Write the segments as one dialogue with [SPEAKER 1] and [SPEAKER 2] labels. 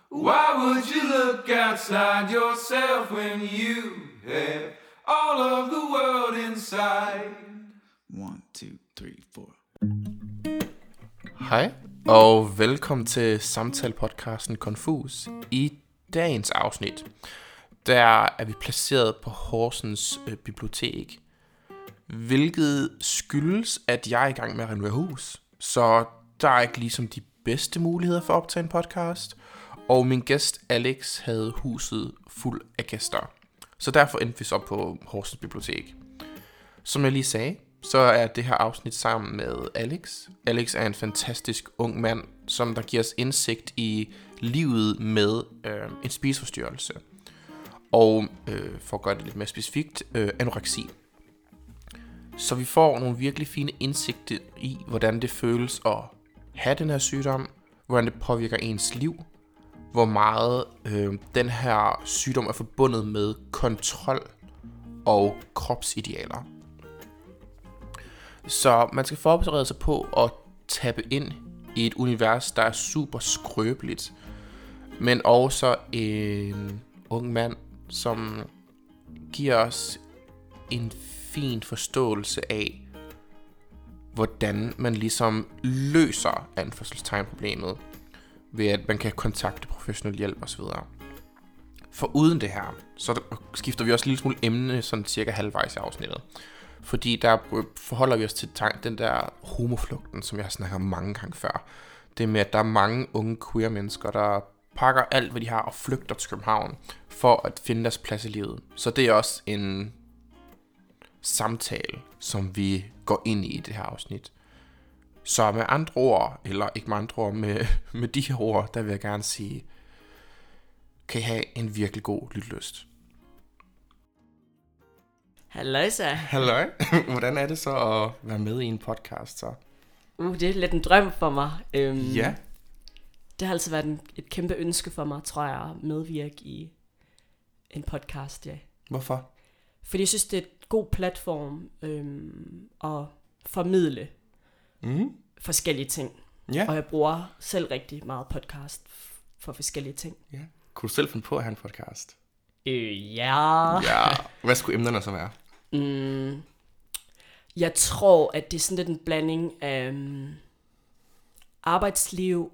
[SPEAKER 1] Why would you look outside yourself when you have all of the world inside?
[SPEAKER 2] 1, 2, 3, 4.
[SPEAKER 3] Hej, og velkommen til samtale-podcasten Confus. I dagens afsnit, der er vi placeret på Horsens Bibliotek, hvilket skyldes, at jeg er i gang med at renovere hus. Så der er ikke ligesom de bedste muligheder for at optage en podcast, og min gæst Alex havde huset fuld af gæster. Så derfor endte vi så på Horsens Bibliotek. Som jeg lige sagde, så er det her afsnit sammen med Alex. Alex er en fantastisk ung mand, som der giver os indsigt i livet med en spiseforstyrrelse. Og for at gøre det lidt mere specifikt, anoreksi. Så vi får nogle virkelig fine indsigter i, hvordan det føles at have den her sygdom, hvordan det påvirker ens liv, hvor meget den her sygdom er forbundet med kontrol og kropsidealer. Så man skal forberede sig på at tappe ind i et univers, der er super skrøbeligt, men også en ung mand, som giver os en fin forståelse af, hvordan man ligesom løser anførselstegn-problemet, ved at man kan kontakte professionel hjælp osv. For uden det her, så skifter vi også en lille smule emne, sådan cirka halvvejs i afsnittet. Fordi der forholder vi os til den der homoflugten, som jeg har snakket om mange gange før. Det med, at der er mange unge queer mennesker, der pakker alt, hvad de har, og flygter til København, for at finde deres plads i livet. Så det er også en samtale, som vi går ind i det her afsnit. Så med andre ord, eller ikke med andre ord, med de her ord, der vil jeg gerne sige, kan I have en virkelig god lytlyst.
[SPEAKER 4] Halløjsa.
[SPEAKER 3] Halløj. Hvordan er det så at være med i en podcast så?
[SPEAKER 4] Det er lidt en drøm for mig.
[SPEAKER 3] Ja.
[SPEAKER 4] Det har altså været et kæmpe ønske for mig, tror jeg, at medvirke i en podcast, ja.
[SPEAKER 3] Hvorfor?
[SPEAKER 4] Fordi jeg synes, det er et god platform at formidle forskellige ting.
[SPEAKER 3] Ja.
[SPEAKER 4] Og jeg bruger selv rigtig meget podcast for forskellige ting.
[SPEAKER 3] Ja. Kunne du selv finde på at have en podcast?
[SPEAKER 4] Ja.
[SPEAKER 3] Ja. Hvad skulle emnerne så være?
[SPEAKER 4] Jeg tror, at det er sådan lidt en blanding af arbejdsliv,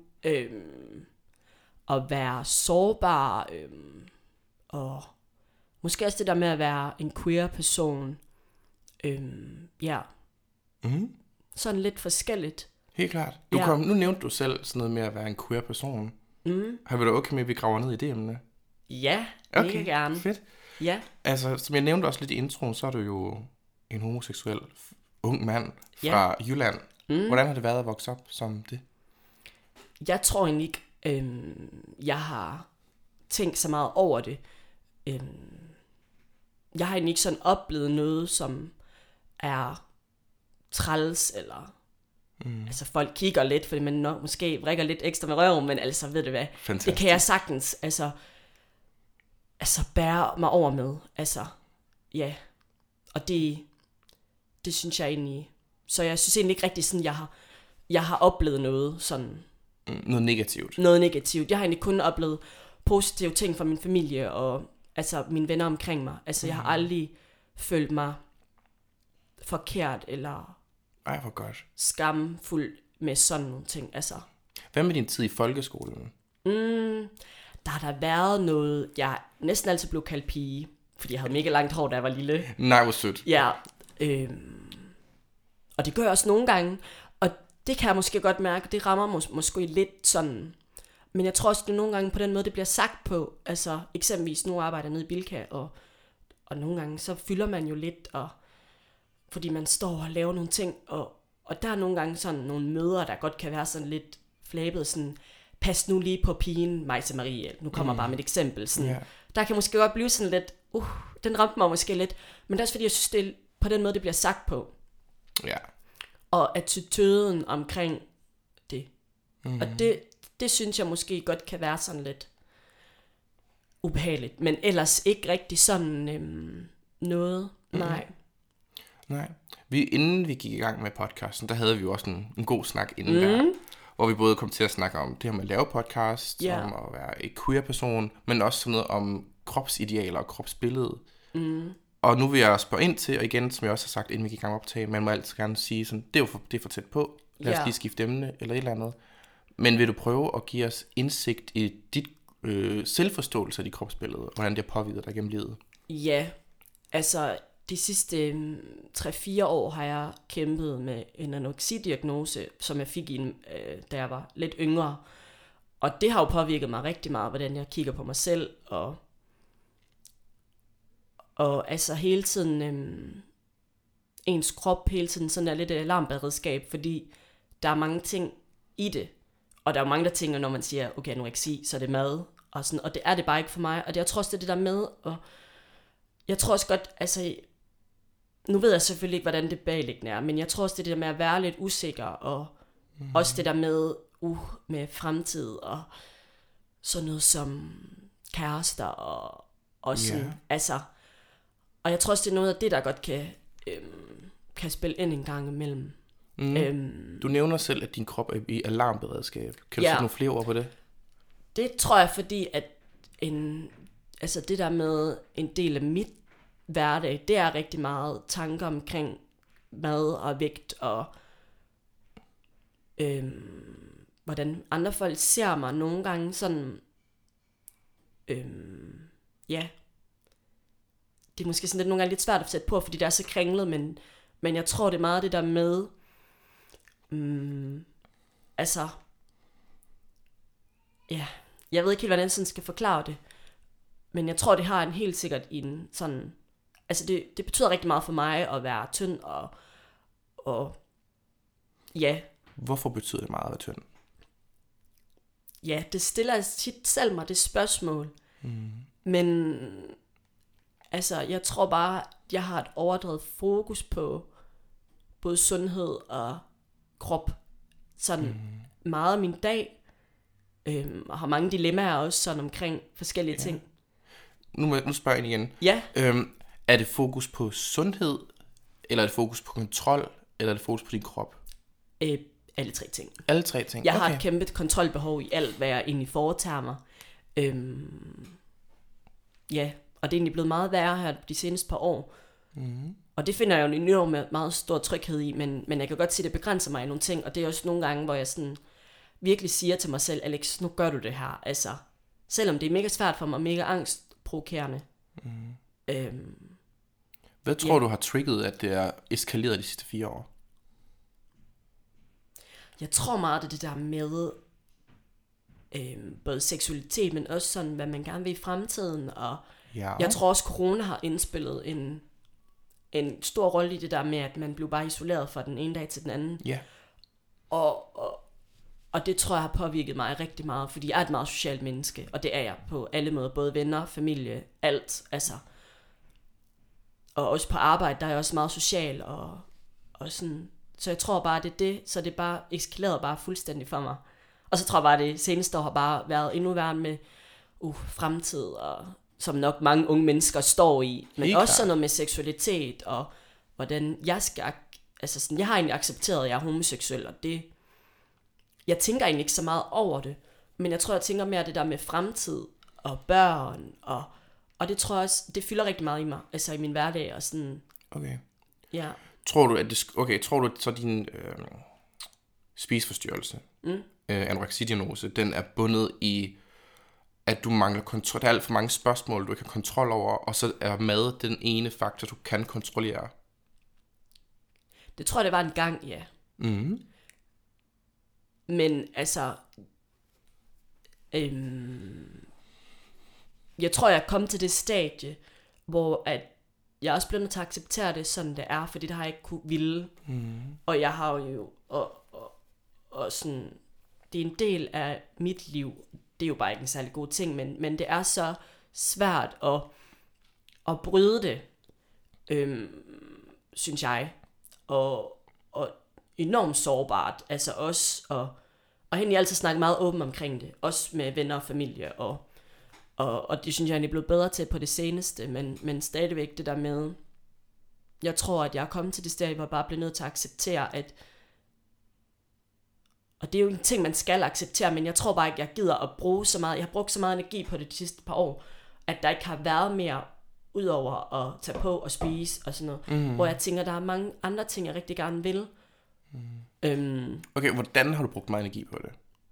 [SPEAKER 4] at være sårbar, og måske også det der med at være en queer person. Ja. Sådan lidt forskelligt.
[SPEAKER 3] Helt klart.
[SPEAKER 4] Ja.
[SPEAKER 3] Nu nævnte du selv sådan noget med at være en queer person. Har vi da okay med, at vi graver ned i det emne?
[SPEAKER 4] Ja, mega gerne.
[SPEAKER 3] Fedt.
[SPEAKER 4] Ja.
[SPEAKER 3] Altså, som jeg nævnte også lidt i introen, så er du jo en homoseksuel ung mand fra Jylland. Hvordan har det været at vokse op som det?
[SPEAKER 4] Jeg tror egentlig ikke, jeg har tænkt så meget over det. Jeg har egentlig ikke sådan oplevet noget, som er træls, eller altså folk kigger lidt, fordi man måske vrikker lidt ekstra med røven, men altså ved du hvad,
[SPEAKER 3] Fantastisk.
[SPEAKER 4] det kan jeg sagtens, altså bære mig over med, altså ja, og det synes jeg egentlig, så jeg synes egentlig ikke rigtig sådan, jeg har oplevet noget sådan,
[SPEAKER 3] noget negativt.
[SPEAKER 4] Jeg har egentlig kun oplevet positive ting fra min familie, og altså mine venner omkring mig, altså jeg har aldrig følt mig forkert, eller
[SPEAKER 3] Ej, hvor godt.
[SPEAKER 4] skamfuld med sådan nogle ting, altså.
[SPEAKER 3] Hvad med din tid i folkeskolen?
[SPEAKER 4] Der har der været noget, jeg næsten altid blev kaldt pige, fordi jeg havde mega langt hår, da jeg var lille.
[SPEAKER 3] Nej, hvor sødt.
[SPEAKER 4] Ja, og det gør jeg også nogle gange, og det kan jeg måske godt mærke, det rammer måske lidt sådan, men jeg tror også, det er nogle gange på den måde, det bliver sagt på, altså eksempelvis nu arbejder jeg nede i Bilka, og nogle gange så fylder man jo lidt, og fordi man står og laver nogle ting, og der er nogle gange sådan nogle møder, der godt kan være sådan lidt flabet, sådan, pas nu lige på pigen, Majse Marie, nu kommer bare mit eksempel, sådan.
[SPEAKER 3] Yeah.
[SPEAKER 4] Der kan måske godt blive sådan lidt, den ramte mig måske lidt, men det er også fordi, jeg synes, det er på den måde, det bliver sagt på.
[SPEAKER 3] Ja.
[SPEAKER 4] Og attituden omkring det. Og det synes jeg måske godt kan være sådan lidt ubehageligt, men ellers ikke rigtig sådan noget, nej.
[SPEAKER 3] Nej. Inden vi gik i gang med podcasten, der havde vi jo også en god snak inden der. hvor vi både kom til at snakke om det her med at lave podcast,
[SPEAKER 4] Ja.
[SPEAKER 3] om at være et queer-person, men også sådan noget om kropsidealer og kropsbillede. Og nu vil jeg spørge ind til, og igen, som jeg også har sagt, inden vi gik i gang med optag, man må altid gerne sige sådan, det er for tæt på, lad os
[SPEAKER 4] Ja.
[SPEAKER 3] lige skifte emne, eller et eller andet. Men vil du prøve at give os indsigt i dit selvforståelse af dit kropsbillede, og hvordan det har påvirket dig gennem livet?
[SPEAKER 4] Ja, altså de sidste 3-4 år har jeg kæmpet med en anoreksidiagnose, som jeg fik da jeg var lidt yngre. Og det har jo påvirket mig rigtig meget, hvordan jeg kigger på mig selv, og altså hele tiden, ens krop hele tiden sådan er lidt et alarmberedskab, fordi der er mange ting i det. Og der er jo mange, der tænker, når man siger, okay, anoreksi, så er det mad, og sådan, og det er det bare ikke for mig. Og det, jeg tror også, det er det der med, og jeg tror også godt, altså, nu ved jeg selvfølgelig ikke, hvordan det bagliggende er, men jeg tror også, det er det der med at være lidt usikker, og også det der med fremtid, og sådan noget som kærester, og sådan, altså, og jeg tror også, det er noget af det, der godt kan spille ind en gang imellem.
[SPEAKER 3] Du nævner selv, at din krop er i alarmberedskab. Kan du sætte nogle flere ord på det?
[SPEAKER 4] Det tror jeg, fordi at altså det der med en del af mit hverdag, det er rigtig meget tanker omkring mad og vægt, og hvordan andre folk ser mig nogle gange sådan, ja, det er måske sådan lidt nogle gange lidt svært at sætte på, fordi det er så kringlet, men jeg tror, det er meget det der med, altså, ja, jeg ved ikke helt, hvordan jeg sådan skal forklare det, men jeg tror, det har en helt sikkert en sådan, altså det betyder rigtig meget for mig at være tynd, og ja.
[SPEAKER 3] Hvorfor betyder det meget at være tynd?
[SPEAKER 4] Ja, det stiller tit selv mig det spørgsmål, men altså, jeg tror bare, jeg har et overdrevet fokus på både sundhed og krop, sådan meget af min dag, og har mange dilemmaer også sådan omkring forskellige ting.
[SPEAKER 3] Nu spørger jeg igen.
[SPEAKER 4] Ja.
[SPEAKER 3] Er det fokus på sundhed, eller er det fokus på kontrol, eller er det fokus på din krop?
[SPEAKER 4] Alle tre ting.
[SPEAKER 3] Alle tre ting?
[SPEAKER 4] Jeg har et kæmpe kontrolbehov i alt, hvad jeg egentlig foretager mig. Ja, og det er egentlig blevet meget værre her de seneste par år. Og det finder jeg jo en enormt meget stor tryghed i, men jeg kan godt se, at det begrænser mig i nogle ting, og det er også nogle gange, hvor jeg sådan virkelig siger til mig selv, Alex, nu gør du det her. Altså, selvom det er mega svært for mig, mega angstprovokerende.
[SPEAKER 3] Hvad tror du har trigget, at det er eskaleret de sidste 4 år?
[SPEAKER 4] Jeg tror meget, det er det der med både seksualitet, men også sådan, hvad man gerne vil i fremtiden. Og jeg tror også, corona har indspillet en stor rolle i det der med, at man blev bare isoleret fra den ene dag til den anden.
[SPEAKER 3] Ja.
[SPEAKER 4] Og det tror jeg har påvirket mig rigtig meget, fordi jeg er et meget socialt menneske, og det er jeg på alle måder, både venner, familie, alt, altså. Og også på arbejde, der er jeg også meget social, og sådan. Så jeg tror bare, det er det, så det er bare eskaleret bare fuldstændig for mig. Og så tror jeg bare, det seneste år har bare været endnu værre med fremtid, og som nok mange unge mennesker står i. Men
[SPEAKER 3] helt
[SPEAKER 4] også
[SPEAKER 3] klart.
[SPEAKER 4] sådan noget med seksualitet, og hvordan jeg skal, altså sådan, jeg har egentlig accepteret, at jeg er homoseksuel, og det, jeg tænker egentlig ikke så meget over det, men jeg tror, jeg tænker mere det der med fremtid, og børn, og det tror jeg også, det fylder rigtig meget i mig, altså i min hverdag, og sådan,
[SPEAKER 3] Okay.
[SPEAKER 4] ja.
[SPEAKER 3] Tror du, at så din spiseforstyrrelse, anoreksidiagnose, den er bundet i, at du mangler kontrol? Der er alt for mange spørgsmål, du ikke har kontrol over, og så er mad den ene faktor, du kan kontrollere.
[SPEAKER 4] Det tror jeg, det var en gang, ja. Men altså, jeg tror, jeg er kommet til det stadie, hvor at jeg også bliver nødt til at acceptere det, sådan det er, fordi det har jeg ikke kunne ville. Og jeg har jo, og sådan, det er en del af mit liv. Det er jo bare ikke en særlig god ting, men det er så svært at bryde det, synes jeg. Og enormt sårbart, altså også, og egentlig altid snakke meget åben omkring det, også med venner og familie, og det synes jeg, jeg er blevet bedre til på det seneste, men stadigvæk det der med, jeg tror, at jeg er kommet til det sted, hvor jeg bare bliver nødt til at acceptere, at Og det er jo en ting, man skal acceptere, men jeg tror bare ikke, jeg gider at bruge så meget. Jeg har brugt så meget energi på det de sidste par år, at der ikke har været mere udover at tage på og spise og sådan noget. Hvor jeg tænker, der er mange andre ting, jeg rigtig gerne vil.
[SPEAKER 3] Okay, hvordan har du brugt meget energi på det?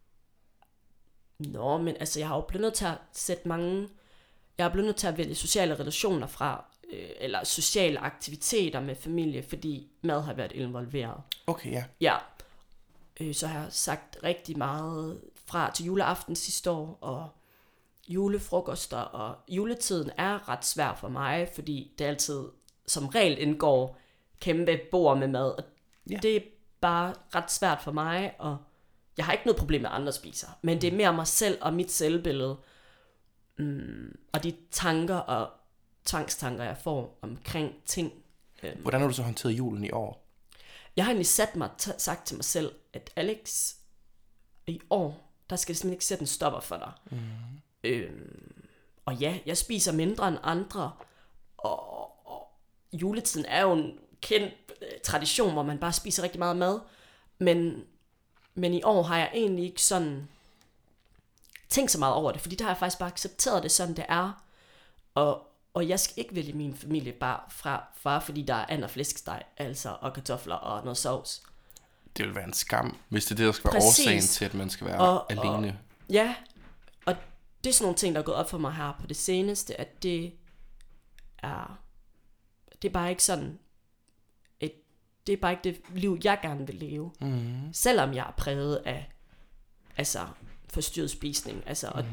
[SPEAKER 4] Men altså, jeg har jo blevet nødt til at sætte mange... Jeg er blevet nødt til at vælge sociale relationer fra, eller sociale aktiviteter med familie, fordi mad har været involveret.
[SPEAKER 3] Okay, ja.
[SPEAKER 4] Ja. Så har jeg sagt rigtig meget fra til juleaften sidste år, og julefrokoster, og juletiden er ret svær for mig, fordi det altid som regel indgår kæmpe bord med mad, og det er bare ret svært for mig, og jeg har ikke noget problem med andre spiser, men det er mere mig selv og mit selvbillede, og de tanker og tvangstanker, jeg får omkring ting.
[SPEAKER 3] Hvordan har du så håndteret julen i år?
[SPEAKER 4] Jeg har egentlig sagt til mig selv, at Alex, i år, der skal jeg simpelthen ikke sætte en stopper for dig. Og ja, jeg spiser mindre end andre, og juletiden er jo en kendt tradition, hvor man bare spiser rigtig meget mad, men i år har jeg egentlig ikke sådan tænkt så meget over det, fordi der har jeg faktisk bare accepteret det, sådan det er, og jeg skal ikke vælge min familie bare fra fordi der er and og flæskesteg, altså, og kartofler og noget sovs.
[SPEAKER 3] Det vil være en skam, hvis det er det, der skal være årsagen til, at man skal være alene.
[SPEAKER 4] Ja, og det er sådan nogle ting, der er gået op for mig her på det seneste, at det er bare ikke sådan, det er bare ikke det liv, jeg gerne vil leve. Selvom jeg er præget af, altså, forstyrret spisning, altså,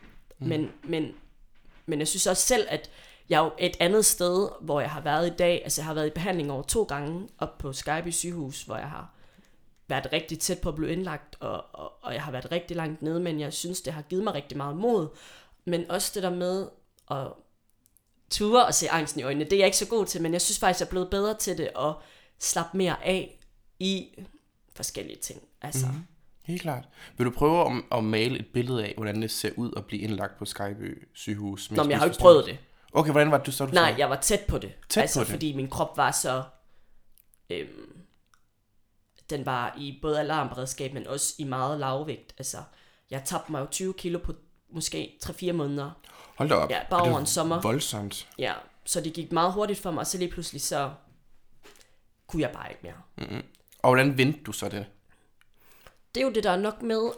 [SPEAKER 4] men jeg synes også selv, at jeg er jo et andet sted, hvor jeg har været i dag, altså jeg har været i behandling over 2 gange op på Skyby sygehus, hvor jeg har været rigtig tæt på at blive indlagt, og jeg har været rigtig langt nede, men jeg synes, det har givet mig rigtig meget mod, men også det der med at ture og se angsten i øjnene, det er jeg ikke så god til, men jeg synes faktisk, jeg er blevet bedre til det, og slappe mere af i forskellige ting, altså.
[SPEAKER 3] Helt klart. Vil du prøve at male et billede af, hvordan det ser ud at blive indlagt på Skyby sygehus?
[SPEAKER 4] Men jeg har jo ikke prøvet det.
[SPEAKER 3] Okay, hvordan var det så?
[SPEAKER 4] Nej, jeg var tæt på det. Fordi min krop var så... den var i både alarmberedskab, men også i meget lavvægt. Altså, jeg tabte mig jo 20 kilo på måske 3-4 måneder.
[SPEAKER 3] Hold da op.
[SPEAKER 4] Ja, bare over en sommer.
[SPEAKER 3] Voldsomt.
[SPEAKER 4] Ja, så det gik meget hurtigt for mig, og så lige pludselig så kunne jeg bare ikke mere.
[SPEAKER 3] Og hvordan vendte du så det?
[SPEAKER 4] Det er jo det, der er nok med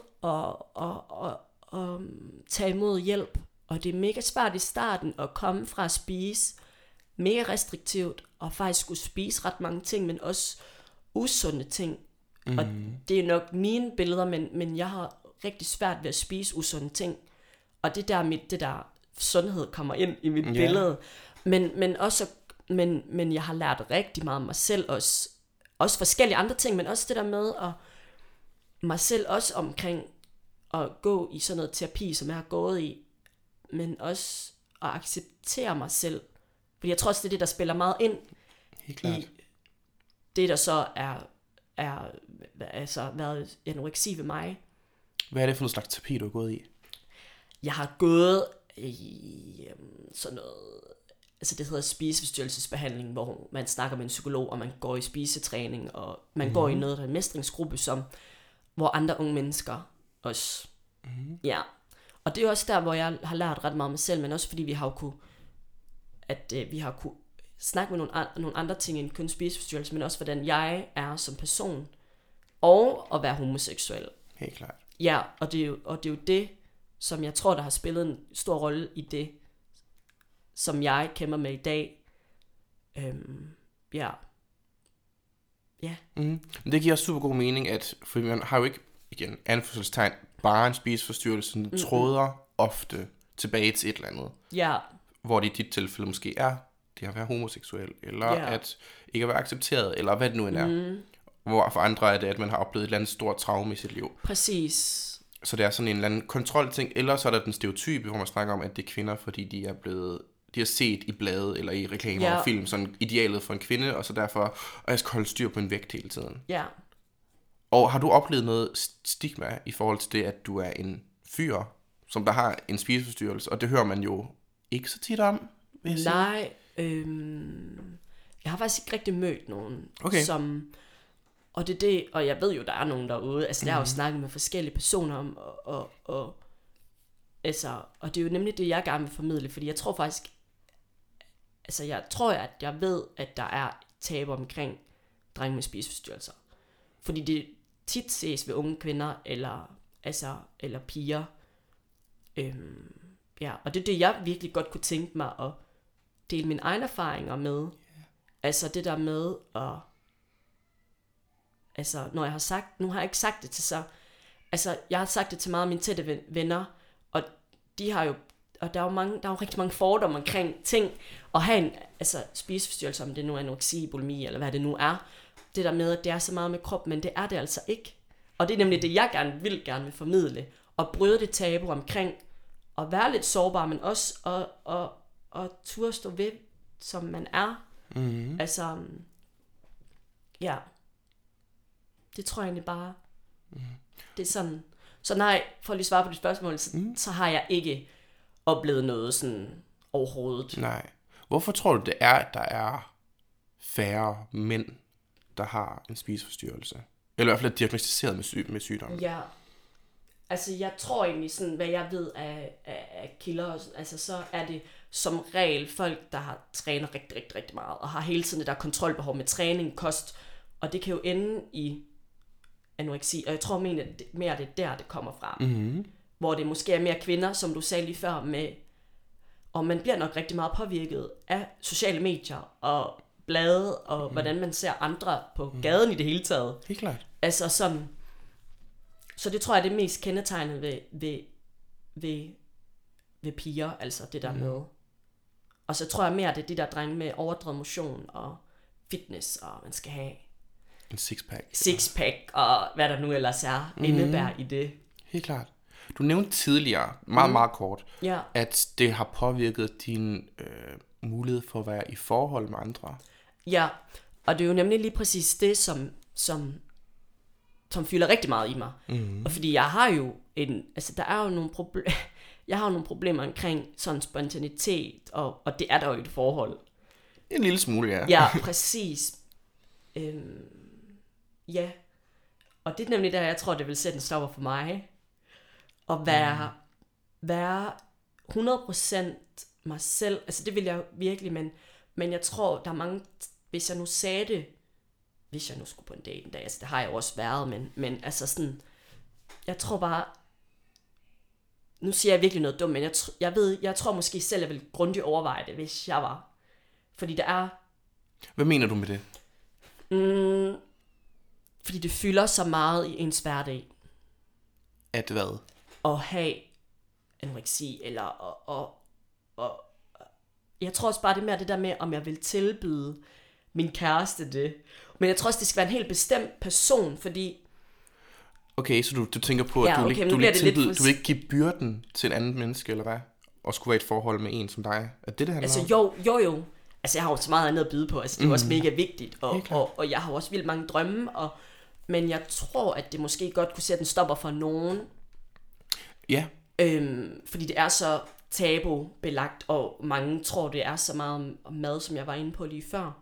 [SPEAKER 4] at tage imod hjælp. Og det er mega svært i starten at komme fra at spise mega restriktivt, og faktisk skulle spise ret mange ting, men også usunde ting. Og det er nok mine billeder, men jeg har rigtig svært ved at spise usunde ting. Og det der sundhed kommer ind i mit billede. Men jeg har lært rigtig meget om mig selv også forskellige andre ting, men også det der med at mig selv også omkring at gå i sådan noget terapi, som jeg har gået i, men også at acceptere mig selv. Fordi jeg tror også, det er det, der spiller meget ind i det, der så er altså været anoreksi ved mig.
[SPEAKER 3] Hvad er det for en slags terapi, du har gået i?
[SPEAKER 4] Jeg har gået i sådan noget, altså det hedder spiseforstyrrelsesbehandling, hvor man snakker med en psykolog, og man går i spisetræning, og man går i noget, der er en mestringsgruppe, hvor andre unge mennesker også. Ja. Og det er også der, hvor jeg har lært ret meget om mig selv, men også fordi vi har kunne snakke med nogle andre ting end kun spiseforstyrrelse, men også hvordan jeg er som person, og at være homoseksuel.
[SPEAKER 3] Helt klart.
[SPEAKER 4] Ja, og det er jo det, som jeg tror, der har spillet en stor rolle i det, som jeg kæmper med i dag. Ja.
[SPEAKER 3] Det giver super god mening, for man har jo ikke, igen, anførselstegn, bare en spiseforstyrrelse, den tråder ofte tilbage til et eller andet.
[SPEAKER 4] Ja.
[SPEAKER 3] Hvor det i dit tilfælde måske er det at være homoseksuel, eller at ikke at være accepteret, eller hvad det nu end er. Hvor for andre er det, at man har oplevet et eller andet stort traume i sit liv.
[SPEAKER 4] Præcis.
[SPEAKER 3] Så det er sådan en eller anden kontrolting, eller så er der den stereotype, hvor man snakker om, at det er kvinder, fordi de har set i blade eller i reklamer og film, sådan idealet for en kvinde, og så derfor, og jeg skal holde styr på en vægt hele tiden.
[SPEAKER 4] Ja.
[SPEAKER 3] Og har du oplevet noget stigma i forhold til det, at du er en fyr, som der har en spiseforstyrrelse, og det hører man jo ikke så tit om, vil jeg sige?
[SPEAKER 4] Nej, jeg har faktisk ikke rigtig mødt nogen, Og det er det, og jeg ved jo, der er nogen derude, altså jeg har jo snakket med forskellige personer om, og det er jo nemlig det, jeg gerne vil formidle, fordi jeg tror faktisk, altså jeg tror, at jeg ved, at der er tabu omkring drenge med spiseforstyrrelser. Fordi det tit ses ved unge kvinder, eller piger. Ja, og det er det, jeg virkelig godt kunne tænke mig at dele mine egne erfaringer med. Altså det der med at, altså når jeg har sagt, nu har jeg ikke sagt det til så, altså jeg har sagt det til meget af mine tætte venner, og de har jo, og der er jo rigtig mange fordomme omkring ting, at have en, altså spiseforstyrrelse, om det nu er anoreksi, bulimi, eller hvad det nu er, det der med, at det er så meget med krop, men det er det altså ikke. Og det er nemlig det, jeg gerne vil formidle, og bryde det tabu omkring, at være lidt sårbar, men også at turde stå ved, som man er.
[SPEAKER 3] Mm-hmm.
[SPEAKER 4] Altså, ja. Det tror jeg egentlig bare, det er sådan. Så nej, for at lige svare på dit spørgsmål, så har jeg ikke oplevet noget sådan overhovedet.
[SPEAKER 3] Nej. Hvorfor tror du, det er, at der er færre mænd, der har en spiseforstyrrelse? Eller i hvert fald er diagnosticeret med sygdommen?
[SPEAKER 4] Ja, altså jeg tror egentlig sådan, hvad jeg ved af kilder, altså så er det som regel folk, der har trænet rigtig, rigtig, rigtig meget, og har hele tiden det der kontrolbehov med træning, kost, og det kan jo ende i anoreksi, og jeg tror mere, at det er der, det kommer fra.
[SPEAKER 3] Mm-hmm.
[SPEAKER 4] Hvor det måske er mere kvinder, som du sagde lige før, med, og man bliver nok rigtig meget påvirket af sociale medier, og blade, og hvordan man ser andre på gaden i det hele taget.
[SPEAKER 3] Helt klart.
[SPEAKER 4] Altså sådan, så det tror jeg er det mest kendetegnende ved piger, altså det der med. Og så tror jeg mere, det er de der drenge med overdrevet motion og fitness, og man skal have
[SPEAKER 3] En sixpack.
[SPEAKER 4] sixpack, og hvad der nu ellers er, indebærer i det.
[SPEAKER 3] Helt klart. Du nævnte tidligere, meget kort,
[SPEAKER 4] Ja.
[SPEAKER 3] at det har påvirket din mulighed for at være i forhold med andre.
[SPEAKER 4] Ja, og det er jo nemlig lige præcis det, som fylder rigtig meget i mig. Og fordi jeg har jo der er jo nogle problemer omkring sådan spontanitet, og det er der jo i et forhold.
[SPEAKER 3] En lille smule, ja.
[SPEAKER 4] Ja, præcis. Ja, og det er nemlig der, jeg tror, det vil sætte en stopper for mig. At være 100% mig selv. Altså det vil jeg virkelig, men jeg tror, der er mange, hvis jeg nu sagde det, hvis jeg nu skulle på en date en dag, altså det har jeg jo også været, men altså sådan, jeg tror bare, nu siger jeg virkelig noget dumt, men jeg tror måske selv, jeg ville grundigt overveje det, hvis jeg var. Fordi der er...
[SPEAKER 3] Hvad mener du med det?
[SPEAKER 4] Fordi det fylder så meget i ens hverdag.
[SPEAKER 3] At hvad?
[SPEAKER 4] At have anoreksi, eller og jeg tror også bare, det er mere det der med, om jeg vil tilbyde min kæreste det. Men jeg tror også, det skal være en helt bestemt person, fordi...
[SPEAKER 3] Okay, så du tænker på, at
[SPEAKER 4] Ja,
[SPEAKER 3] du
[SPEAKER 4] okay,
[SPEAKER 3] vil
[SPEAKER 4] nu bliver det lidt
[SPEAKER 3] du vil ikke give byrden til en anden menneske, eller hvad? Og skulle være i et forhold med en som dig. Er det handler
[SPEAKER 4] Altså
[SPEAKER 3] om?
[SPEAKER 4] jo. Altså jeg har jo så meget andet at byde på. Altså det er jo også mega vigtigt.
[SPEAKER 3] Helt klart.
[SPEAKER 4] Og jeg har også vildt mange drømme. Men jeg tror, at det måske godt kunne sætte en stopper for nogen.
[SPEAKER 3] Ja.
[SPEAKER 4] Fordi det er så tabubelagt, og mange tror, det er så meget om mad, som jeg var inde på lige før.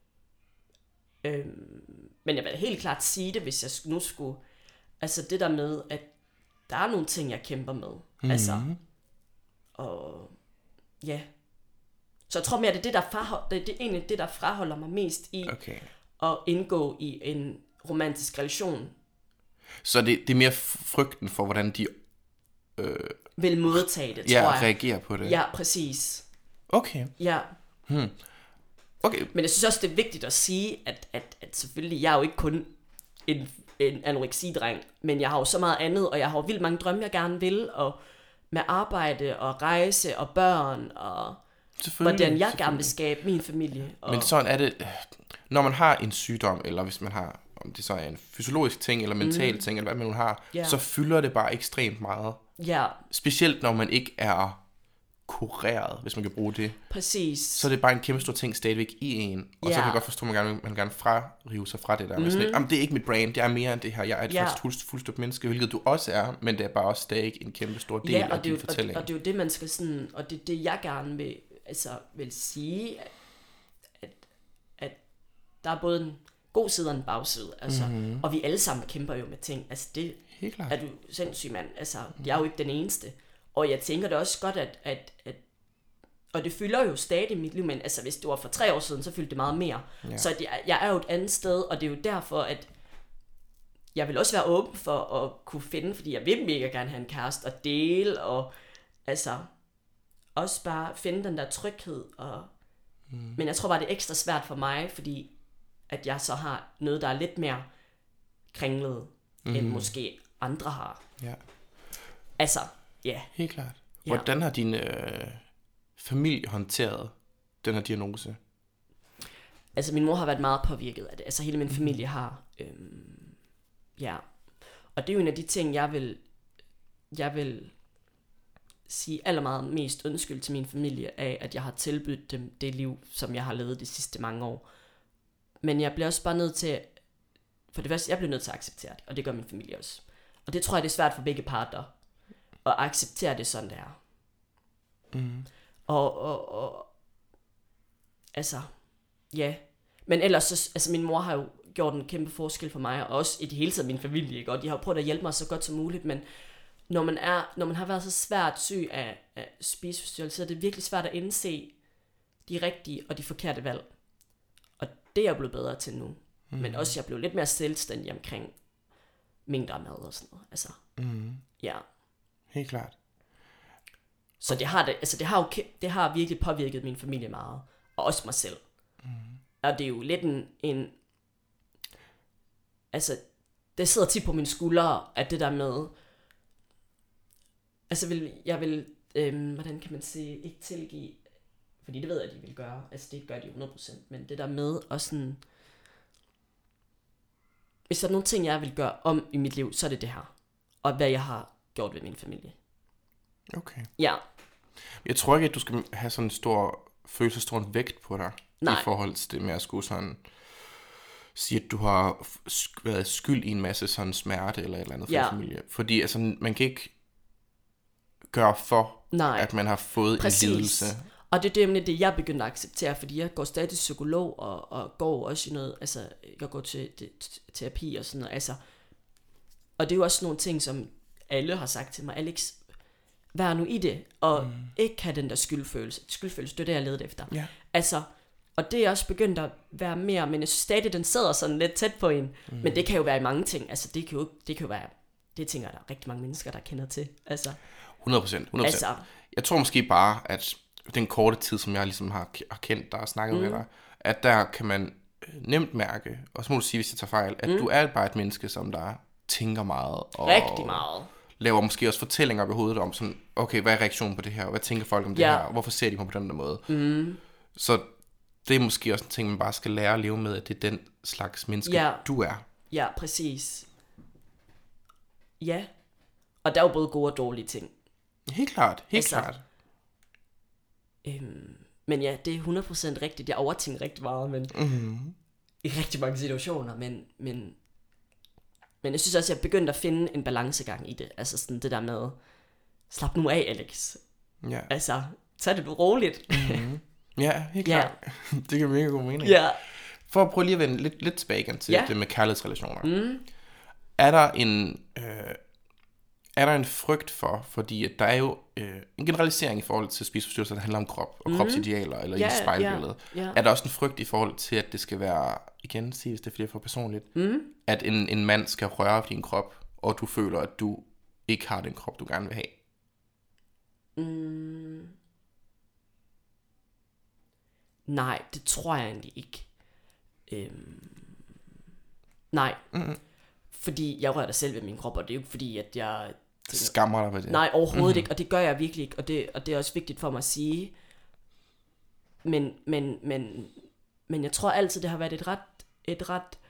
[SPEAKER 4] Men jeg vil helt klart sige det, hvis jeg nu skulle... Altså det der med, at der er nogle ting, jeg kæmper med. Altså, og ja. Så jeg tror mere, det er egentlig det, der fraholder mig mest i at indgå i en romantisk relation.
[SPEAKER 3] Så det er mere frygten for, hvordan de
[SPEAKER 4] vil modtage det, tror jeg.
[SPEAKER 3] reagerer på det.
[SPEAKER 4] Ja, præcis.
[SPEAKER 3] Okay.
[SPEAKER 4] Ja.
[SPEAKER 3] Okay.
[SPEAKER 4] Men jeg synes også, det er vigtigt at sige, at selvfølgelig, jeg er jo ikke kun en anoreksidreng, men jeg har jo så meget andet, og jeg har jo vildt mange drømme, jeg gerne vil, og med arbejde, og rejse, og børn, og hvordan jeg gerne vil skabe min familie. Og...
[SPEAKER 3] Men sådan er det, når man har en sygdom, eller hvis man har, om det så er en fysiologisk ting, eller mental ting, eller hvad man nu har, så fylder det bare ekstremt meget.
[SPEAKER 4] Ja.
[SPEAKER 3] Specielt når man ikke er kureret, hvis man kan bruge det.
[SPEAKER 4] Præcis.
[SPEAKER 3] Så er det bare en kæmpe stor ting stadigvæk i en. Og så kan jeg godt forstå, at man gerne frarive sig fra det der. Men sådan lidt, det er ikke mit brand, jeg er mere end det her. Jeg er et faktisk fuldstændigt menneske, hvilket du også er, men det er bare også stadig en kæmpe stor del af din fortælling.
[SPEAKER 4] Og det er jo det, man skal sådan, og det er det, jeg gerne vil sige, at der er både god side og en bagside, altså. Og vi alle sammen kæmper jo med ting, altså det
[SPEAKER 3] Helt klart.
[SPEAKER 4] er du sindssyg, mand, altså, jeg er jo ikke den eneste. Og jeg tænker det også godt, at og det fylder jo stadig mit liv, men altså, hvis det var for 3 år siden, så fyldte det meget mere.
[SPEAKER 3] Ja.
[SPEAKER 4] Så jeg er jo et andet sted, og det er jo derfor, at jeg vil også være åben for at kunne finde, fordi jeg vil mega gerne have en kæreste og dele, og altså også bare finde den der tryghed. Men jeg tror bare, det er ekstra svært for mig, fordi at jeg så har noget, der er lidt mere kringlet, end måske andre har.
[SPEAKER 3] Ja.
[SPEAKER 4] Altså, ja.
[SPEAKER 3] Helt klart.
[SPEAKER 4] Ja.
[SPEAKER 3] Hvordan har din familie håndteret den her diagnose?
[SPEAKER 4] Altså, min mor har været meget påvirket af det. Altså, hele min familie har. Ja. Og det er jo en af de ting, jeg vil sige allermeget mest undskyld til min familie af, at jeg har tilbudt dem det liv, som jeg har levet de sidste mange år. Men jeg bliver også bare nødt til, for det første, jeg bliver nødt til at acceptere det, og det gør min familie også. Og det tror jeg, det er svært for begge parter, at acceptere det sådan, det er. Og altså, ja. Men ellers, så, altså min mor har jo gjort en kæmpe forskel for mig, og også i det hele taget min familie, ikke? Og de har prøvet at hjælpe mig så godt som muligt, men når man har været så svært syg af spiseforstyrrelse, så er det virkelig svært at indse de rigtige og de forkerte valg. Og det er jeg blevet bedre til nu. Men også jeg blev lidt mere selvstændig omkring mængder af mad og sådan noget. Altså, ja.
[SPEAKER 3] Helt klart.
[SPEAKER 4] Så det har virkelig påvirket min familie meget, og også mig selv. Og det er jo lidt en altså, det sidder tit på mine skuldre, at det der med, altså jeg vil, hvordan kan man sige, ikke tilgive, fordi det ved jeg, at de vil gøre, altså det gør de jo 100%, men det der med, og sådan, hvis der er nogle ting, jeg vil gøre om i mit liv, så er det det her, og hvad jeg har gjort ved min familie.
[SPEAKER 3] Okay.
[SPEAKER 4] Ja.
[SPEAKER 3] Jeg tror ikke, at du skal have sådan en føle så stor en vægt på dig.
[SPEAKER 4] Nej.
[SPEAKER 3] I forhold til det med at skulle sådan sige, at du har været skyld i en masse sådan smerte eller et eller andet for familie. Fordi altså, man kan ikke gøre for, at man har fået en lidelse.
[SPEAKER 4] Og det er nemlig det, jeg begyndte at acceptere, fordi jeg går stadig til psykolog, og går også i noget, altså jeg går til terapi og sådan noget, altså. Og det er jo også nogle ting, som alle har sagt til mig, Alex, vær nu i det, og ikke have den der skyldfølelse. Skyldfølelse, det er det, jeg ledte efter.
[SPEAKER 3] Ja.
[SPEAKER 4] Altså, og det er også begyndt at være mere, men jeg synes stadig, den sidder sådan lidt tæt på en. Men det kan jo være i mange ting. Altså, det kan jo være, det tænker der er rigtig mange mennesker, der kender til. Altså,
[SPEAKER 3] 100%. Altså, jeg tror måske bare, at den korte tid, som jeg ligesom har kendt dig og snakket med dig, at der kan man nemt mærke, og så må du sige, hvis jeg tager fejl, at du er bare et menneske, som der tænker meget. Og
[SPEAKER 4] rigtig meget.
[SPEAKER 3] Laver måske også fortællinger op i hovedet om sådan, okay, hvad er reaktionen på det her, og hvad tænker folk om det her, hvorfor ser de på den der måde. Så det er måske også en ting, man bare skal lære at leve med, at det er den slags menneske, du er. Ja,
[SPEAKER 4] præcis. Ja. Og der er jo både gode og dårlige ting.
[SPEAKER 3] Helt klart, klart.
[SPEAKER 4] Men ja, det er 100% rigtigt. Jeg overtænker rigtig meget, men i rigtig mange situationer, men jeg synes også, jeg er begyndt at finde en balancegang i det. Altså sådan det der med, slap nu af, Alex.
[SPEAKER 3] Ja.
[SPEAKER 4] Altså, tag det nu roligt.
[SPEAKER 3] Ja, helt klart. Det kan mega god mening.
[SPEAKER 4] Ja.
[SPEAKER 3] For at prøve lige at vende lidt tilbage igen til det med kærlighedsrelationer. Er der en frygt for, fordi at der er jo en generalisering i forhold til spiseforstyrrelser, der handler om krop og kropsidealer, eller i spejlbilledet. Er der også en frygt i forhold til, at det skal være, igen, sige hvis det er fordi jeg for personligt, at en mand skal røre din krop, og du føler, at du ikke har den krop, du gerne vil have?
[SPEAKER 4] Nej, det tror jeg egentlig ikke. Nej. Fordi jeg rører dig selv ved min krop, og det er jo ikke fordi, at jeg
[SPEAKER 3] skammer dig ved det.
[SPEAKER 4] Nej, overhovedet ikke, og det gør jeg virkelig ikke, og det er også vigtigt for mig at sige. Men jeg tror altid, det har været et ret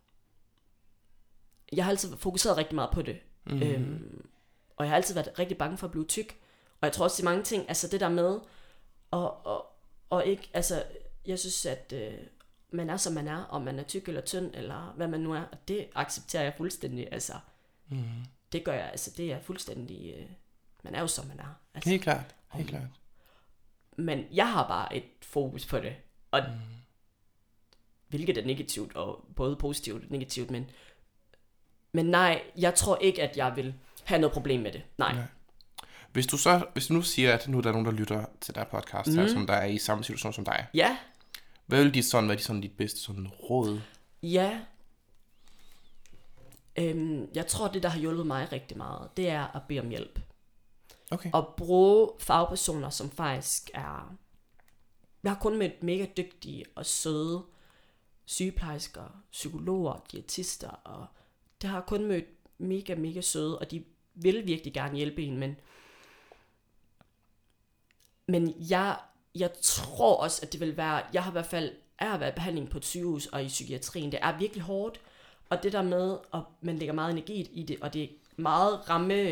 [SPEAKER 4] jeg har altid fokuseret rigtig meget på det. Og jeg har altid været rigtig bange for at blive tyk. Og jeg tror også, det er mange ting, altså det der med, og ikke, altså, jeg synes, at man er, som man er, om man er tyk eller tynd, eller hvad man nu er, og det accepterer jeg fuldstændig, altså. Det gør jeg, altså det er fuldstændig, man er jo, som man er. Altså.
[SPEAKER 3] Helt klart, helt klart.
[SPEAKER 4] Men jeg har bare et fokus på det, hvilket er negativt, og både positivt og negativt, men nej, jeg tror ikke, at jeg vil have noget problem med det. Nej.
[SPEAKER 3] Hvis du nu siger, at nu er der nogen, der lytter til der podcast her, som der er i samme situation som dig.
[SPEAKER 4] Ja.
[SPEAKER 3] Hvad vil være sådan dit bedste sådan råd?
[SPEAKER 4] Ja. Jeg tror, det, der har hjulpet mig rigtig meget, det er at bede om hjælp.
[SPEAKER 3] Okay.
[SPEAKER 4] Og bruge fagpersoner, som faktisk er... Jeg har kun mødt mega dygtige og søde sygeplejersker, psykologer, diætister, og det har jeg kun mødt mega, mega søde, og de vil virkelig gerne hjælpe en, men jeg tror også, at det vil være... Jeg har i hvert fald været i behandling på et sygehus og i psykiatrien. Det er virkelig hårdt, og det der med, at man lægger meget energi i det, og det er meget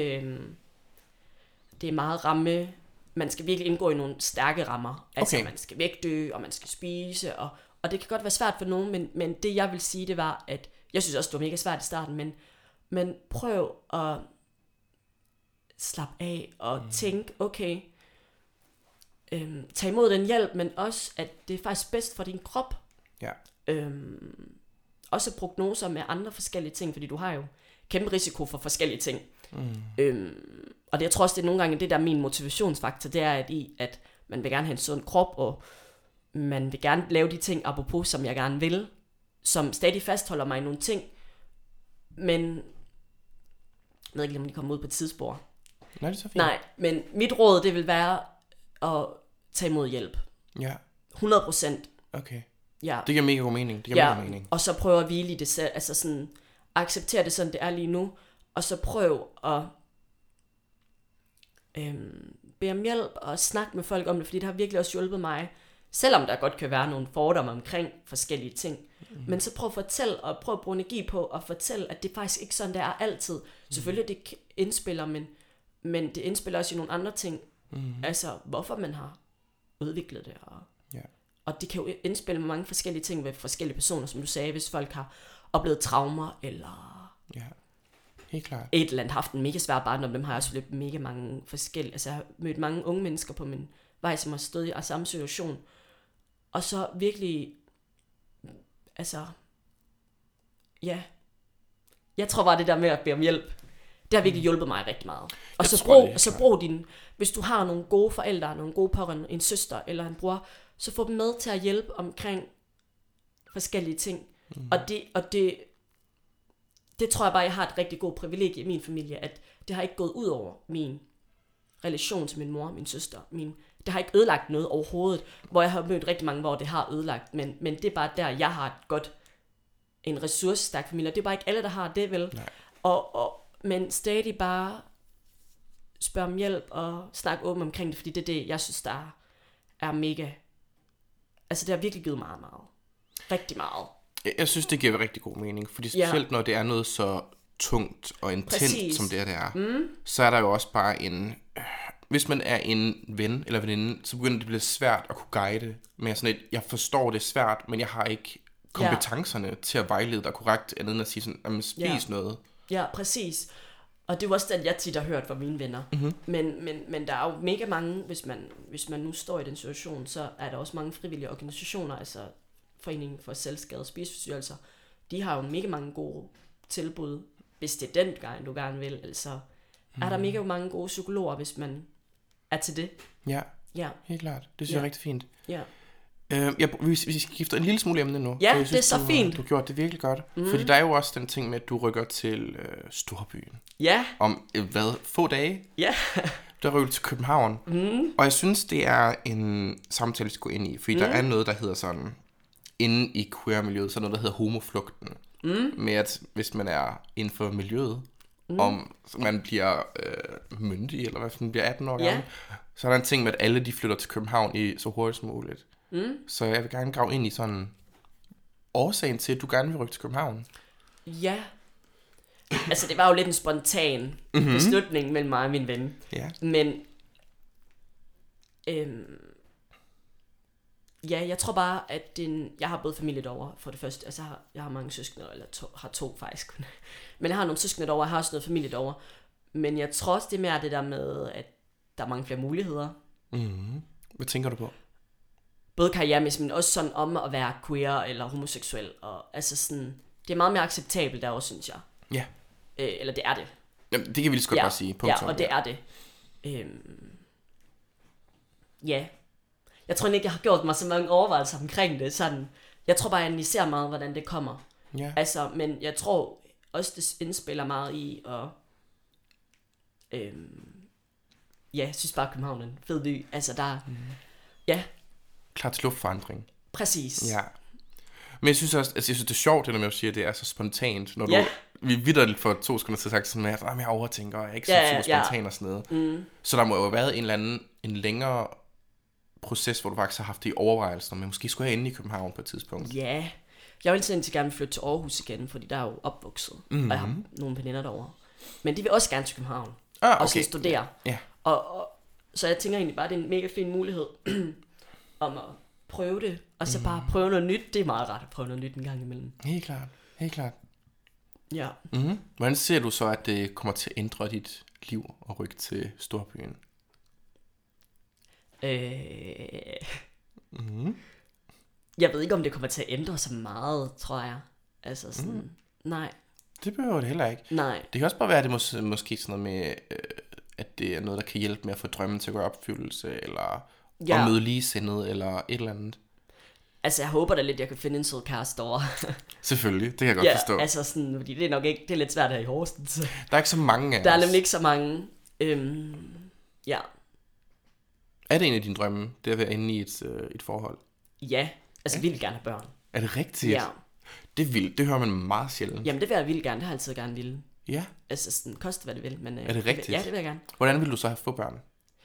[SPEAKER 4] ramme... Man skal virkelig indgå i nogle stærke rammer. Altså, man skal vægtøge, og man skal spise, og det kan godt være svært for nogen, men det, jeg vil sige, det var, at jeg synes også, det var mega svært i starten, men prøv at slappe af og tænke, okay, tag imod den hjælp, men også, at det er faktisk bedst for din krop.
[SPEAKER 3] Ja.
[SPEAKER 4] Også prognoser med andre forskellige ting, fordi du har jo kæmpe risiko for forskellige ting. Og det, jeg tror også, det er nogle gange det, der er min motivationsfaktor, det er, at man vil gerne have en sund krop, og man vil gerne lave de ting, apropos, som jeg gerne vil, som stadig fastholder mig i nogle ting, men jeg ved ikke, om de kommer ud på et tidsspor.
[SPEAKER 3] Nej, det er så fint.
[SPEAKER 4] Nej, men mit råd, det vil være at tage imod hjælp.
[SPEAKER 3] Ja.
[SPEAKER 4] 100%.
[SPEAKER 3] Okay.
[SPEAKER 4] Ja.
[SPEAKER 3] Det giver mega god mening. Det giver mega mening.
[SPEAKER 4] Og så prøv at hvile i det selv, altså sådan, acceptere det sådan, det er lige nu, og så prøv at bede om hjælp og snakke med folk om det, fordi det har virkelig også hjulpet mig, selvom der godt kan være nogle fordomme omkring forskellige ting. Men så prøv at fortælle, og prøv at bruge energi på at fortælle, at det faktisk ikke sådan, det er altid. Selvfølgelig det indspiller, men det indspiller også i nogle andre ting. Altså, hvorfor man har udviklet det. Og det kan jo indspille med mange forskellige ting ved forskellige personer, som du sagde, hvis folk har oplevet traumer, eller
[SPEAKER 3] helt klart.
[SPEAKER 4] et eller andet haft en mega svær barndom. Dem har jeg også løbet mega mange forskellige. Altså, jeg har mødt mange unge mennesker på min vej, som har stået i samme situation. Og så virkelig, altså, ja, jeg tror bare det der med at bede om hjælp, det har virkelig hjulpet mig rigtig meget. Og så brug din, hvis du har nogle gode forældre, nogle gode pårørende, en søster eller en bror, så få dem med til at hjælpe omkring forskellige ting. Og det tror jeg bare, jeg har et rigtig godt privilegie i min familie, at det har ikke gået ud over min relation til min mor, min søster. Det har ikke ødelagt noget overhovedet, hvor jeg har mødt rigtig mange, hvor det har ødelagt, men det er bare der, jeg har en ressourcestærk familie, og det er bare ikke alle, der har det, vel? Men stadig bare spørge om hjælp og snakke åbent omkring det, fordi det er det, jeg synes, der er mega... Altså, det har virkelig givet meget, meget. Rigtig meget.
[SPEAKER 3] Jeg synes, det giver rigtig god mening, fordi specielt når det er noget så tungt og intenst, som det er, så er der jo også bare en... Hvis man er en ven eller veninde, så begynder det at blive svært at kunne guide med sådan et, jeg forstår det svært, men jeg har ikke kompetencerne til at vejlede dig korrekt, andet end at sige sådan, jamen spis noget. Ja,
[SPEAKER 4] præcis. Og det er jo også den, jeg tit har hørt fra mine venner. Men der er jo mega mange, hvis man nu står i den situation, så er der også mange frivillige organisationer, altså Foreningen for Selvskade og Spiseforstyrrelser. De har jo mega mange gode tilbud, hvis det er den gang, du gerne vil. Altså er der mega mange gode psykologer, hvis man er til det.
[SPEAKER 3] Ja, helt klart. Det synes jeg er rigtig fint.
[SPEAKER 4] Ja.
[SPEAKER 3] Vi skal skifte en lille smule emne nu.
[SPEAKER 4] Ja, det er så fint.
[SPEAKER 3] Du har gjort det virkelig godt. Fordi der er jo også den ting med, at du rykker til storbyen.
[SPEAKER 4] Ja.
[SPEAKER 3] Om få dage.
[SPEAKER 4] Ja.
[SPEAKER 3] Der rykker du til København. Og jeg synes, det er en samtale, vi skal gå ind i. Fordi der er noget, der hedder sådan, inde i queer-miljøet, så noget, der hedder homoflugten. Med at hvis man er inden for miljøet, om man bliver myndig, eller hvad, man bliver 18 år gammel, så er der en ting med, at alle de flytter til København i så hurtigt som muligt. Så jeg vil gerne grave ind i sådan årsagen til, at du gerne vil rykke til København. Ja.
[SPEAKER 4] Altså, det var jo lidt en spontan beslutning mellem mig og min ven.
[SPEAKER 3] Ja.
[SPEAKER 4] Men jeg tror bare, at jeg har både familie derovre, for det første. Altså, jeg har mange søskende, eller har to faktisk. Men jeg har nogle søskende derovre, jeg har også noget familie derovre. Men jeg tror også, det er mere det der med, at der er mange flere muligheder.
[SPEAKER 3] Hvad tænker du på?
[SPEAKER 4] både karrieremæssigt, men også sådan om at være queer eller homoseksuel. Og altså sådan, det er meget mere acceptabelt der også, synes jeg.
[SPEAKER 3] Ja.
[SPEAKER 4] Eller det er det.
[SPEAKER 3] Jamen, det kan vi lige så godt bare sige. Punktum.
[SPEAKER 4] Ja, og det er det. Ja. Jeg tror ikke, jeg har gjort mig så mange overvejelser omkring det. Sådan, jeg tror bare, jeg analyserer meget, hvordan det kommer.
[SPEAKER 3] Ja.
[SPEAKER 4] Altså, men jeg tror også, det indspiller meget i, og ja, jeg synes bare, København er en fed by. Altså, der ja.
[SPEAKER 3] Klar til luftforandring.
[SPEAKER 4] Præcis.
[SPEAKER 3] Ja. Men jeg synes også, altså jeg synes det er sjovt, det når man siger, det er så spontant, når du, vi vitterligt for 2 sekunder til sagt sådan, at jeg overtænker, og jeg er ikke så super spontan og sådan noget. Så der må jo have været en længere proces, hvor du faktisk har haft det i overvejelser, men måske skulle jeg ende i København på et tidspunkt.
[SPEAKER 4] Ja, jeg vil altid gerne flytte til Aarhus igen, fordi der er jo opvokset, og jeg har nogle veninder derovre. Men de vil også gerne til København, og så studere.
[SPEAKER 3] Ja.
[SPEAKER 4] Og så jeg tænker egentlig bare, det er en mega fin mulighed om at prøve det, og så bare prøve noget nyt. Det er meget rart at prøve noget nyt en gang imellem.
[SPEAKER 3] Helt klart.
[SPEAKER 4] Ja.
[SPEAKER 3] Hvordan ser du så, at det kommer til at ændre dit liv og rykke til storbyen?
[SPEAKER 4] Jeg ved ikke, om det kommer til at ændre så meget, tror jeg. Altså sådan, nej.
[SPEAKER 3] Det behøver det heller ikke.
[SPEAKER 4] Nej.
[SPEAKER 3] Det kan også bare være, at det måske sådan noget med, at det er noget, der kan hjælpe med at få drømmen til at gå i opfyldelse, eller at møde ligesindede, eller et eller andet.
[SPEAKER 4] Altså, jeg håber da lidt, jeg kan finde en sød kæreste over.
[SPEAKER 3] Selvfølgelig, det kan jeg godt forstå.
[SPEAKER 4] Altså sådan, fordi det er nok ikke, det er lidt svært her i Horsens.
[SPEAKER 3] Der er ikke så mange af
[SPEAKER 4] Der er nemlig ikke så mange. Ja.
[SPEAKER 3] Er det en af dine drømme, det at være inde i et forhold?
[SPEAKER 4] Ja, altså vildt gerne have børn.
[SPEAKER 3] Er det rigtigt?
[SPEAKER 4] Ja.
[SPEAKER 3] Det er vildt, det hører man meget sjældent.
[SPEAKER 4] Jamen det vil jeg vildt gerne, det har jeg altid gerne ville.
[SPEAKER 3] Ja.
[SPEAKER 4] Altså sådan, koste hvad det vil, men...
[SPEAKER 3] Er det rigtigt?
[SPEAKER 4] Ja, det vil jeg gerne.
[SPEAKER 3] Hvordan vil du så have få børn?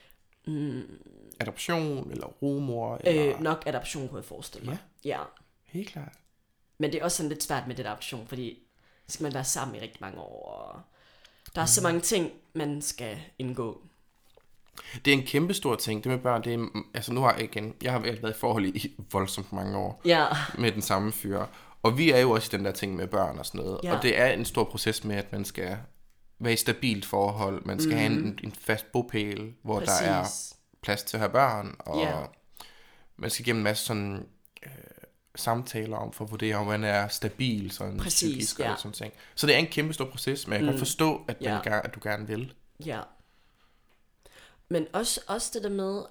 [SPEAKER 3] Adoption, eller rumor, eller...
[SPEAKER 4] Nok adoption, kunne jeg forestille mig. Ja.
[SPEAKER 3] Helt klart.
[SPEAKER 4] Men det er også sådan lidt svært med det adoption, fordi så skal man være sammen i rigtig mange år, og der er så mange ting, man skal indgå.
[SPEAKER 3] Det er en kæmpe stor ting, det med børn, det er, altså nu har jeg har været i forhold i voldsomt mange år, med den samme fyr, og vi er jo også i den der ting med børn og sådan noget, og det er en stor proces med, at man skal være i stabilt forhold, man skal have en fast bopæl, hvor der er plads til at have børn, og man skal igennem en masse sådan samtaler om for at vurdere, om man er stabil, sådan psykisk og sådan ting. Så det er en kæmpe stor proces, men jeg kan forstå, at, at du gerne vil. Ja.
[SPEAKER 4] Men også det der med,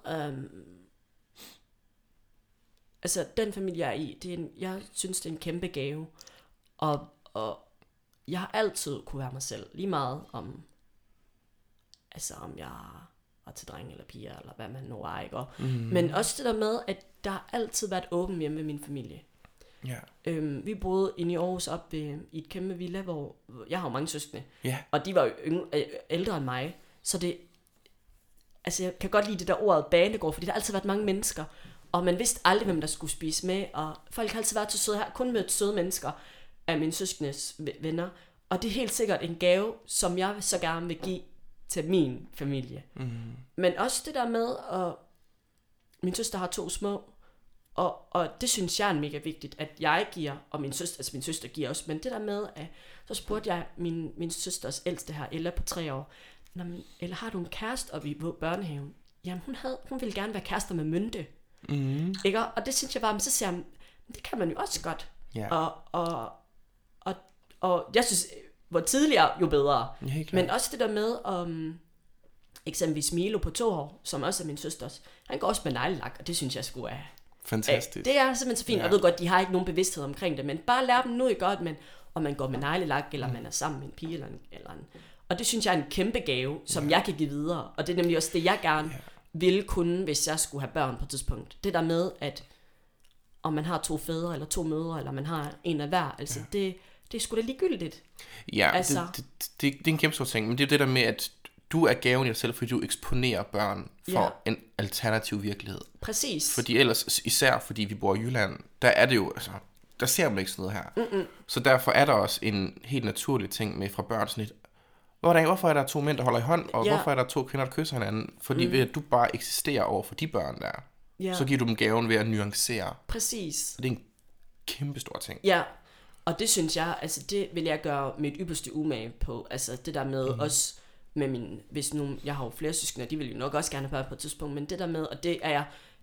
[SPEAKER 4] altså den familie jeg er i, jeg synes det er en kæmpe gave, og jeg har altid kunne være mig selv, lige meget om jeg var til dreng eller piger, eller hvad man nu er, ikke? Men også det der med, at der har altid været åben hjemme ved min familie. Vi boede inde i Aarhus op i et kæmpe villa, hvor jeg har jo mange søskende, og de var jo ældre end mig, så det, altså jeg kan godt lide det der ordet banegård, fordi der har altid været mange mennesker, og man vidste aldrig, hvem der skulle spise med, og folk har altid været så søde her, kun mødt søde mennesker af mine søskendes venner, og det er helt sikkert en gave, som jeg så gerne vil give til min familie. Men også det der med, at min søster har 2 små, og det synes jeg er mega vigtigt, at jeg giver, og min søster giver også, men det der med, at så spurgte jeg min søsters ældste her, Ella på 3 år, eller har du en kæreste oppe i børnehaven? Jamen hun ville gerne være kærester med Mynte. Ikke? Og det synes jeg bare, men så siger jeg, det kan man jo også godt. Og jeg synes, hvor tidligere, jo bedre. Men også det der med, eksempelvis Milo på 2 år, som også er min søsters, han går også med neglelak, og det synes jeg sgu er
[SPEAKER 3] fantastisk.
[SPEAKER 4] Det er simpelthen så fint, og jeg ved godt, de har ikke nogen bevidsthed omkring det, men bare lær dem nu i godt, men om man går med neglelak, eller man er sammen med en pige, eller en. Og det synes jeg er en kæmpe gave, som jeg kan give videre, og det er nemlig også det, jeg gerne ville kunne, hvis jeg skulle have børn på et tidspunkt. Det der med, at om man har 2 fædre, eller 2 mødre, eller man har en af hver, altså det er sgu da ligegyldigt.
[SPEAKER 3] Ja, altså. Det er en kæmpe stor ting, men det er det der med, at du er gaven i dig selv, fordi du eksponerer børn for en alternativ virkelighed.
[SPEAKER 4] Præcis.
[SPEAKER 3] Fordi ellers, især fordi vi bor i Jylland, der er det jo, altså, der ser man ikke sådan noget her. Så derfor er der også en helt naturlig ting med fra børn sådan et, hvorfor er der 2 mænd, der holder i hånd, og hvorfor er der 2 kvinder, der kysser hinanden? Fordi ved at du bare eksisterer over for de børn der, så giver du dem gaven ved at nuancere.
[SPEAKER 4] Præcis.
[SPEAKER 3] Det er en kæmpe stor ting.
[SPEAKER 4] Ja, og det synes jeg, altså det vil jeg gøre mit ypperste umage på, altså det der med også med hvis nu, jeg har jo flere søskende, de vil jo nok også gerne have børn på et tidspunkt, men det der med, og det er jeg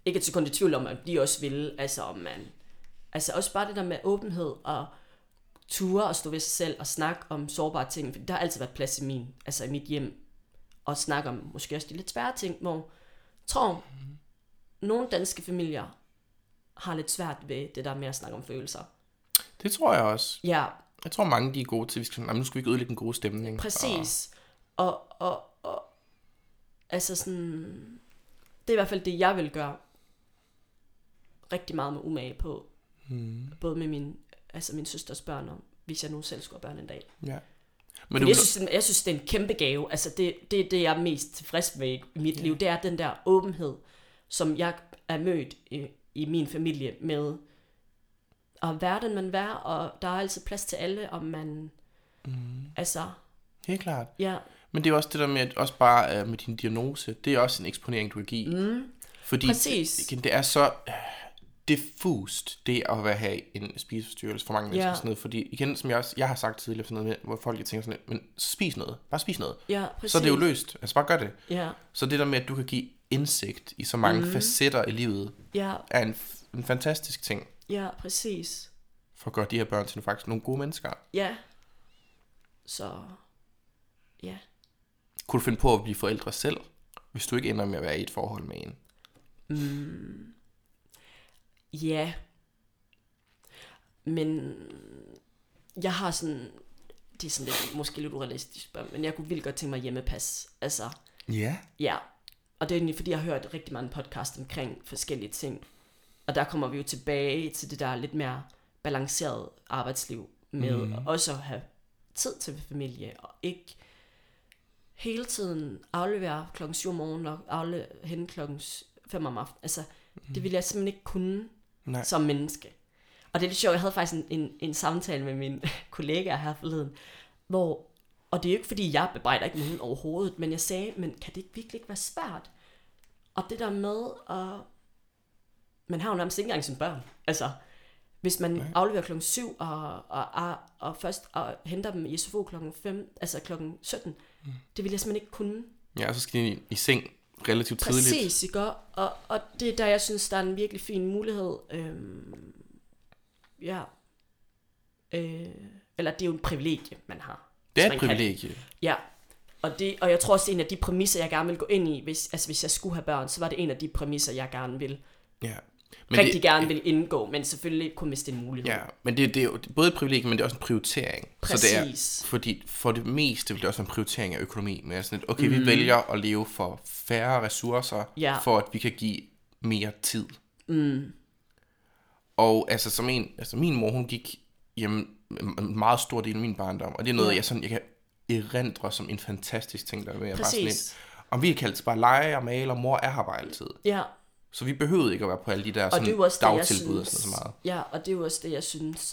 [SPEAKER 4] ikke et sekund i tvivl om, at de også vil, altså om man, altså også bare det der med åbenhed og ture og stå ved sig selv og snakke om sårbare ting, for der har altid været plads i mit hjem, og snakke om måske også de lidt svære ting, hvor jeg tror, nogle danske familier har lidt svært ved det der med at snakke om følelser.
[SPEAKER 3] Det tror jeg også.
[SPEAKER 4] Ja.
[SPEAKER 3] Jeg tror, mange de er gode til, nu skal vi ikke ødelægge den gode stemning.
[SPEAKER 4] Præcis. Og altså sådan, det er i hvert fald det, jeg vil gøre rigtig meget med umage på. Både med min søsters børn, og hvis jeg nu selv skulle have børn en dag.
[SPEAKER 3] Ja.
[SPEAKER 4] Men jeg synes, det er en kæmpe gave. Altså det jeg er mest tilfreds med i mit liv, det er den der åbenhed, som jeg er mødt i min familie med at være den man er, og der er altid plads til alle, om man altså...
[SPEAKER 3] Helt klart.
[SPEAKER 4] Ja.
[SPEAKER 3] Men det er også det der med, at også bare med din diagnose, det er også en eksponering, du kan give. Fordi det er så diffust, det at have en spiseforstyrrelse for mange mennesker. Sådan noget. Fordi igen, som jeg har sagt tidligere, sådan noget med, hvor folk tænker sådan noget, men spis noget, bare spis noget.
[SPEAKER 4] Ja, præcis.
[SPEAKER 3] Så er det jo løst, altså bare gør det.
[SPEAKER 4] Ja.
[SPEAKER 3] Så det der med, at du kan give indsigt i så mange facetter i livet, er en fantastisk ting.
[SPEAKER 4] Ja, præcis.
[SPEAKER 3] For at gøre de her børn til faktisk nogle gode mennesker.
[SPEAKER 4] Ja. Så, ja.
[SPEAKER 3] Kunne du finde på at blive forældre selv, hvis du ikke ender med at være i et forhold med en?
[SPEAKER 4] Ja. Men jeg har sådan, det er sådan lidt, måske lidt urealistisk, men jeg kunne vildt godt tænke mig hjemmepas. Altså.
[SPEAKER 3] Ja.
[SPEAKER 4] Ja. Og det er egentlig, fordi jeg har hørt rigtig mange podcast omkring forskellige ting. Og der kommer vi jo tilbage til det der lidt mere balancerede arbejdsliv med også at have tid til familie, og ikke hele tiden aflevere klokken 7 om morgenen og hente klokken 5 om aftenen. Altså, det ville jeg simpelthen ikke kunne som menneske. Og det er lidt sjovt, jeg havde faktisk en samtale med mine kollegaer her forleden, hvor, og det er jo ikke fordi, jeg bebrejder ikke nogen overhovedet, men jeg sagde, men kan det virkelig ikke være svært? Og det der med, at man har jo nærmest ikke engang sine børn. Altså, hvis man afleverer klokken 7 og først henter dem i SFO klokken 5, altså klokken 17, det vil jeg simpelthen ikke kunne.
[SPEAKER 3] Ja, så skal de i seng relativt tidligt.
[SPEAKER 4] Præcis, ikke? Og det er der, jeg synes, der er en virkelig fin mulighed. Eller det er jo en privilegie, man har.
[SPEAKER 3] Det er et privilegie.
[SPEAKER 4] Ja, og jeg tror også, en af de præmisser, jeg gerne vil gå ind i, hvis jeg skulle have børn, så var det en af de præmisser, jeg gerne vil.
[SPEAKER 3] Ja.
[SPEAKER 4] Gerne vil indgå, men selvfølgelig kun hvis det er en mulighed.
[SPEAKER 3] Ja, men det er jo både et privilegium, men det er også en prioritering.
[SPEAKER 4] Præcis.
[SPEAKER 3] Så det er, fordi for det meste vil det også være en prioritering af økonomi. Men sådan et, okay, vi vælger at leve for færre ressourcer, for at vi kan give mere tid. Og altså, min mor, hun gik hjemme en meget stor del af min barndom, og det er noget, jeg kan erindre som en fantastisk ting, der med.
[SPEAKER 4] Præcis.
[SPEAKER 3] Og vi kan altid bare lege og male, og mor er her bare altid.
[SPEAKER 4] Ja.
[SPEAKER 3] Så vi behøvede ikke at være på alle de der sådan dagtilbud og sådan så meget.
[SPEAKER 4] Ja, og det er jo også det, jeg synes,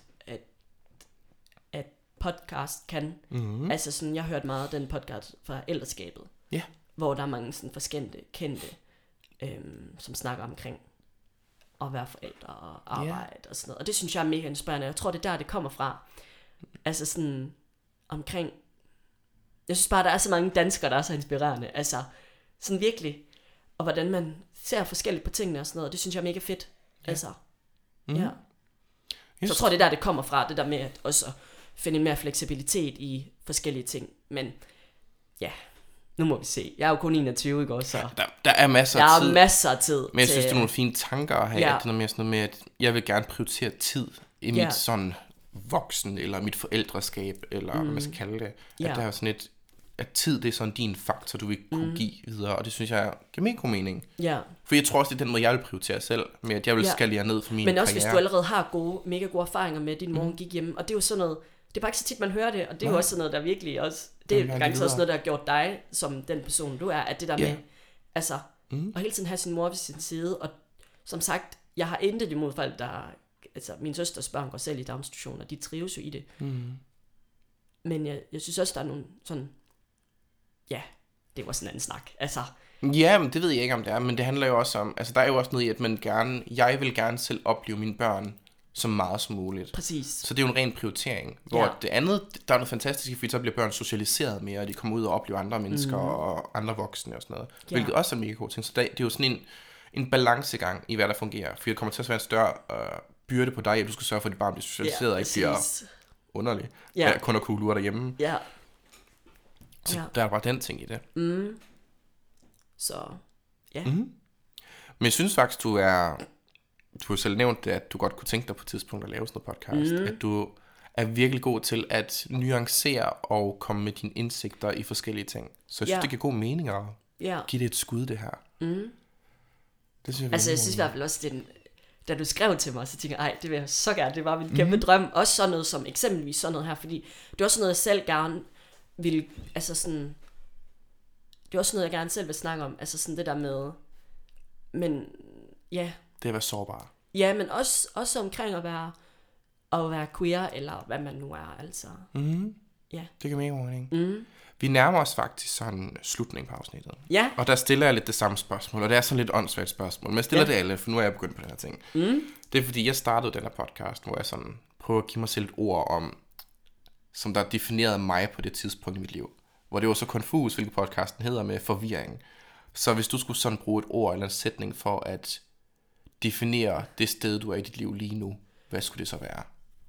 [SPEAKER 4] at podcast kan. Altså sådan, jeg har hørt meget af den podcast fra Ældreskabet.
[SPEAKER 3] Ja.
[SPEAKER 4] Hvor der er mange sådan forskellige kendte, som snakker omkring at være forældre og arbejde og sådan noget. Og det synes jeg er mega inspirerende. Jeg tror, det er der, det kommer fra. Altså sådan omkring... Jeg synes bare, der er så mange danskere, der er så inspirerende. Altså sådan virkelig... Og hvordan man ser forskelligt på tingene og sådan noget. Det synes jeg er mega fedt. Altså, ja. Så jeg tror, det er der, det kommer fra. Det der med at også finde en mere fleksibilitet i forskellige ting. Men ja, nu må vi se. Jeg er jo kun 21, ikke også? Så
[SPEAKER 3] der er masser af tid.
[SPEAKER 4] Der er masser af tid.
[SPEAKER 3] Men jeg synes, det er nogle fine tanker at have. Det er mere sådan noget med, at jeg vil gerne prioritere tid i mit sådan voksen, eller mit forældreskab, eller hvad man skal kalde det. At der er sådan et... at tid, det er sådan din faktor, du vil kunne give videre, og det synes jeg giver mega god mening. Ja. For jeg tror også, det er den måde, jeg vil prioritere selv, med at jeg vil skalere ned for min karriere.
[SPEAKER 4] Men også, hvis du allerede har mega gode erfaringer med, at din mor gik hjem, og det er jo sådan noget, det er bare ikke så tit, man hører det, og det er jo også sådan noget, der virkelig også, det er ganske også noget, der har gjort dig, som den person du er, at det der med, altså, at hele tiden have sin mor ved sin side, og som sagt, jeg har intet imod folk, der, altså, min søsters børn går selv i daginstitutioner, de trives jo i det. Men jeg synes også, der er nogle sådan, ja, det var sådan en anden snak. Altså.
[SPEAKER 3] Ja, men det ved jeg ikke, om det er, men det handler jo også om, altså der er jo også noget i, at jeg vil gerne selv opleve mine børn så meget som muligt.
[SPEAKER 4] Præcis.
[SPEAKER 3] Så det er jo en ren prioritering. Hvor det andet, der er noget fantastisk, fordi så bliver børn socialiseret mere, og de kommer ud og oplever andre mennesker og andre voksne og sådan noget. Hvilket også er mega god ting. Så det er jo sådan en balancegang i, hvad der fungerer. For det kommer til at være en større byrde på dig, at du skal sørge for, at dit barn bliver socialiseret, og ikke bliver underlig. Ja. Kun at kunne lure derhjemme.
[SPEAKER 4] Ja.
[SPEAKER 3] Så der er bare den ting i det.
[SPEAKER 4] Så, ja.
[SPEAKER 3] Men jeg synes faktisk, du har selv nævnt det, at du godt kunne tænke dig på et tidspunkt at lave sådan noget podcast. At du er virkelig god til at nuancere og komme med dine indsigter i forskellige ting. Så jeg synes, det giver god mening at give det et skud, det her. Det synes jeg
[SPEAKER 4] synes i hvert fald også, da du skrev til mig, så tænkte jeg, det vil jeg så gerne, det var min kæmpe drøm. Også sådan noget som eksempelvis sådan noget her, fordi det er også noget, jeg selv gerne vil, altså sådan, det er også noget, jeg gerne selv vil snakke om, altså sådan det der med, men ja.
[SPEAKER 3] Det at være sårbar.
[SPEAKER 4] Ja, men også omkring at være queer, eller hvad man nu er, altså. Ja.
[SPEAKER 3] Det kan mega mening. Vi nærmer os faktisk sådan slutning på afsnittet.
[SPEAKER 4] Ja.
[SPEAKER 3] Og der stiller jeg lidt det samme spørgsmål, og det er sådan lidt åndssvagt spørgsmål, men jeg stiller det alle, for nu er jeg begyndt på den her ting. Det er fordi, jeg startede den her podcast, hvor jeg sådan prøver at give mig selv et ord om, som der definerede mig på det tidspunkt i mit liv. Hvor det var så konfus, hvilken podcasten hedder, med forvirring. Så hvis du skulle sådan bruge et ord eller en sætning for at definere det sted, du er i dit liv lige nu, hvad skulle det så være?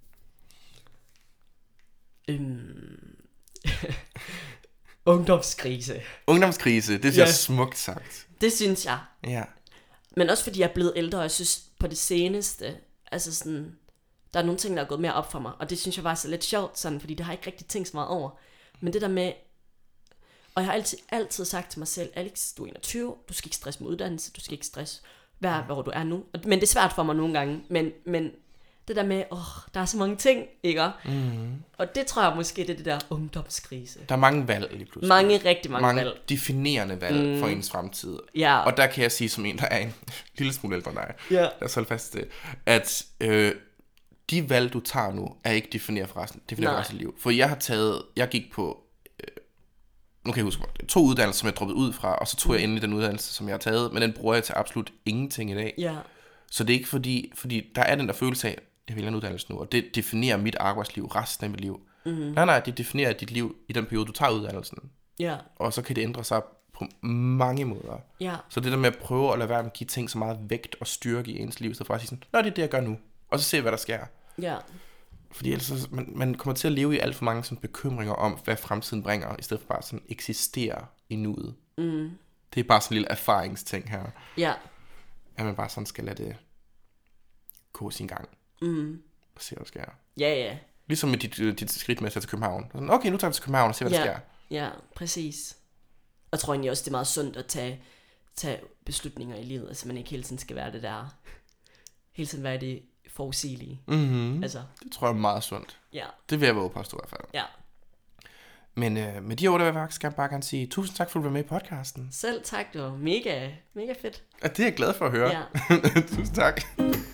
[SPEAKER 4] Ungdomskrise.
[SPEAKER 3] Ungdomskrise, det er smukt sagt.
[SPEAKER 4] Det synes jeg.
[SPEAKER 3] Ja.
[SPEAKER 4] Men også fordi jeg er blevet ældre, og jeg synes på det seneste, altså sådan, der er nogle ting, der er gået mere op for mig, og det synes jeg var så lidt sjovt, sådan, fordi det har jeg ikke rigtig tænkt så meget over. Men det der med, og jeg har altid sagt til mig selv, Alex, du er 21, du skal ikke stresse med uddannelse, du skal ikke stresse, hvor du er nu. Men det er svært for mig nogle gange, men det der med, der er så mange ting, ikke? Og det tror jeg måske, det er det der ungdomskrise.
[SPEAKER 3] Der er mange valg lige pludselig.
[SPEAKER 4] Rigtig mange valg.
[SPEAKER 3] Definerende valg for ens fremtid.
[SPEAKER 4] Ja.
[SPEAKER 3] Og der kan jeg sige, som en, der er en lille smule ældre end dig,
[SPEAKER 4] lad
[SPEAKER 3] os holde fast til, at de valg, du tager nu, er ikke defineret for resten af liv. For jeg gik på, nu kan jeg huske, 2 uddannelser, som jeg droppede ud fra, og så tog jeg endelig den uddannelse, som jeg har taget, men den bruger jeg til absolut ingenting i dag.
[SPEAKER 4] Ja.
[SPEAKER 3] Så det er ikke fordi der er den der følelse af, jeg vælger en uddannelse nu, og det definerer mit arbejdsliv, resten af mit liv. Nej, det definerer dit liv i den periode, du tager uddannelsen.
[SPEAKER 4] Ja.
[SPEAKER 3] Og så kan det ændre sig på mange måder.
[SPEAKER 4] Ja.
[SPEAKER 3] Så det der med at prøve at lade være med at give ting så meget vægt og styrke i ens liv, så faktisk sådan, det er det, jeg gør nu. Og så se, hvad der sker.
[SPEAKER 4] Ja.
[SPEAKER 3] Fordi ellers man kommer til at leve i alt for mange sådan bekymringer om, hvad fremtiden bringer, i stedet for bare sådan eksistere i nuet. Det er bare sådan en lille erfaringsting her.
[SPEAKER 4] Ja.
[SPEAKER 3] At man bare sådan skal lade det gå sin gang. Og se, hvad der sker.
[SPEAKER 4] Ja.
[SPEAKER 3] Ligesom med dit skridt med at tage til København. Sådan, okay, nu tager vi til København og se, hvad der sker.
[SPEAKER 4] Ja, præcis. Og jeg tror egentlig også, det er meget sundt at tage beslutninger i livet. Altså man ikke hele tiden skal være det der, hele tiden være det forudsigelige. Altså. Det
[SPEAKER 3] tror jeg er meget sundt.
[SPEAKER 4] Ja.
[SPEAKER 3] Det vil jeg våge påstå i hvert fald.
[SPEAKER 4] Ja.
[SPEAKER 3] Men med de ord, der vil jeg faktisk bare gerne sige tusind tak for at du var med i podcasten.
[SPEAKER 4] Selv tak, det var mega, mega fedt.
[SPEAKER 3] Ja, det er jeg glad for at høre.
[SPEAKER 4] Ja.
[SPEAKER 3] Tusind tak.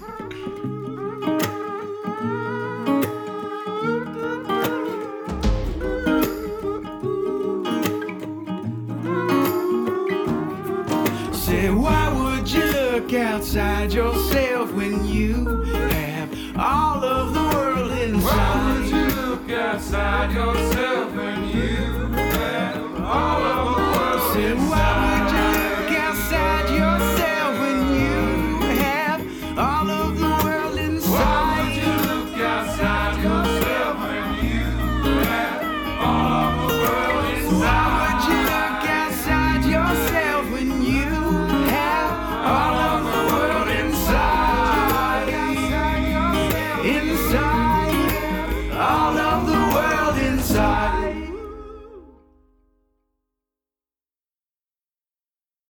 [SPEAKER 1] Say, why would you look outside yourself when you have all of the world inside? Why would you look outside yourself when you